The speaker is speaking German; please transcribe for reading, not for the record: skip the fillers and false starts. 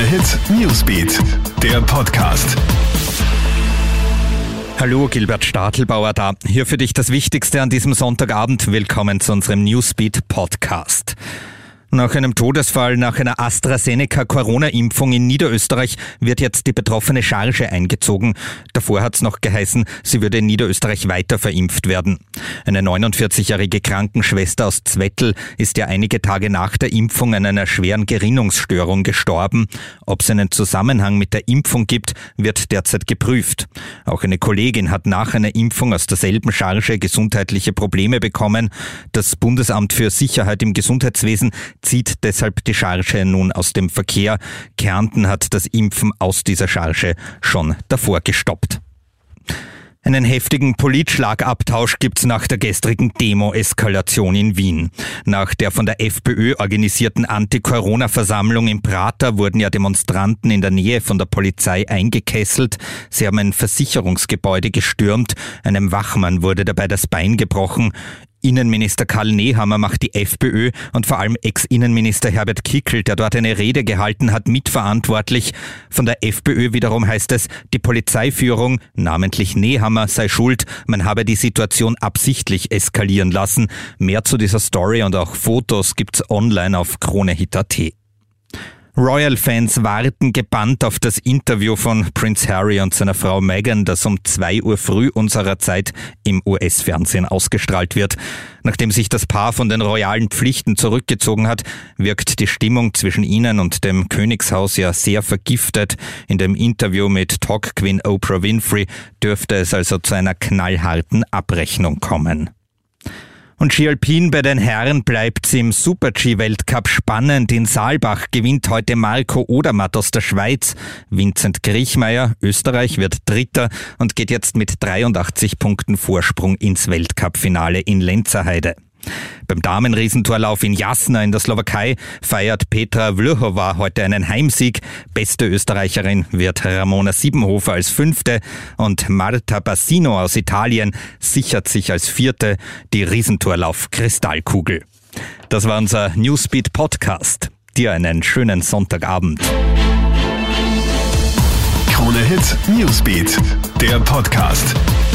Hit Newsbeat, der Podcast. Hallo, Gilbert Stadelbauer da. Hier für dich das Wichtigste an diesem Sonntagabend. Willkommen zu unserem Newsbeat Podcast. Nach einem Todesfall nach einer AstraZeneca-Corona-Impfung in Niederösterreich wird jetzt die betroffene Charge eingezogen. Davor hat es noch geheißen, sie würde in Niederösterreich weiter verimpft werden. Eine 49-jährige Krankenschwester aus Zwettl ist ja einige Tage nach der Impfung an einer schweren Gerinnungsstörung gestorben. Ob es einen Zusammenhang mit der Impfung gibt, wird derzeit geprüft. Auch eine Kollegin hat nach einer Impfung aus derselben Charge gesundheitliche Probleme bekommen. Das Bundesamt für Sicherheit im Gesundheitswesen zieht deshalb die Charge nun aus dem Verkehr. Kärnten hat das Impfen aus dieser Charge schon davor gestoppt. Einen heftigen Politschlagabtausch gibt's nach der gestrigen Demo-Eskalation in Wien. Nach der von der FPÖ organisierten Anti-Corona-Versammlung im Prater wurden ja Demonstranten in der Nähe von der Polizei eingekesselt. Sie haben ein Versicherungsgebäude gestürmt. Einem Wachmann wurde dabei das Bein gebrochen. Innenminister Karl Nehammer macht die FPÖ und vor allem Ex-Innenminister Herbert Kickl, der dort eine Rede gehalten hat, mitverantwortlich. Von der FPÖ wiederum heißt es, die Polizeiführung, namentlich Nehammer, sei schuld, man habe die Situation absichtlich eskalieren lassen. Mehr zu dieser Story und auch Fotos gibt's online auf KroneHit.at. Royal-Fans warten gebannt auf das Interview von Prince Harry und seiner Frau Meghan, das um 2 Uhr früh unserer Zeit im US-Fernsehen ausgestrahlt wird. Nachdem sich das Paar von den royalen Pflichten zurückgezogen hat, wirkt die Stimmung zwischen ihnen und dem Königshaus ja sehr vergiftet. In dem Interview mit Talk-Queen Oprah Winfrey dürfte es also zu einer knallharten Abrechnung kommen. Und Ski Alpin bei den Herren bleibt's im Super-G-Weltcup spannend. In Saalbach gewinnt heute Marco Odermatt aus der Schweiz. Vincent Griechmeier, Österreich, wird Dritter und geht jetzt mit 83 Punkten Vorsprung ins Weltcup-Finale in Lenzerheide. Beim Damenriesentorlauf in Jasna in der Slowakei feiert Petra Vlhova heute einen Heimsieg. Beste Österreicherin wird Ramona Siebenhofer als 5. und Marta Bassino aus Italien sichert sich als 4. die Riesentorlauf-Kristallkugel. Das war unser Newsbeat Podcast. Dir einen schönen Sonntagabend. KroneHit Newsbeat, der Podcast.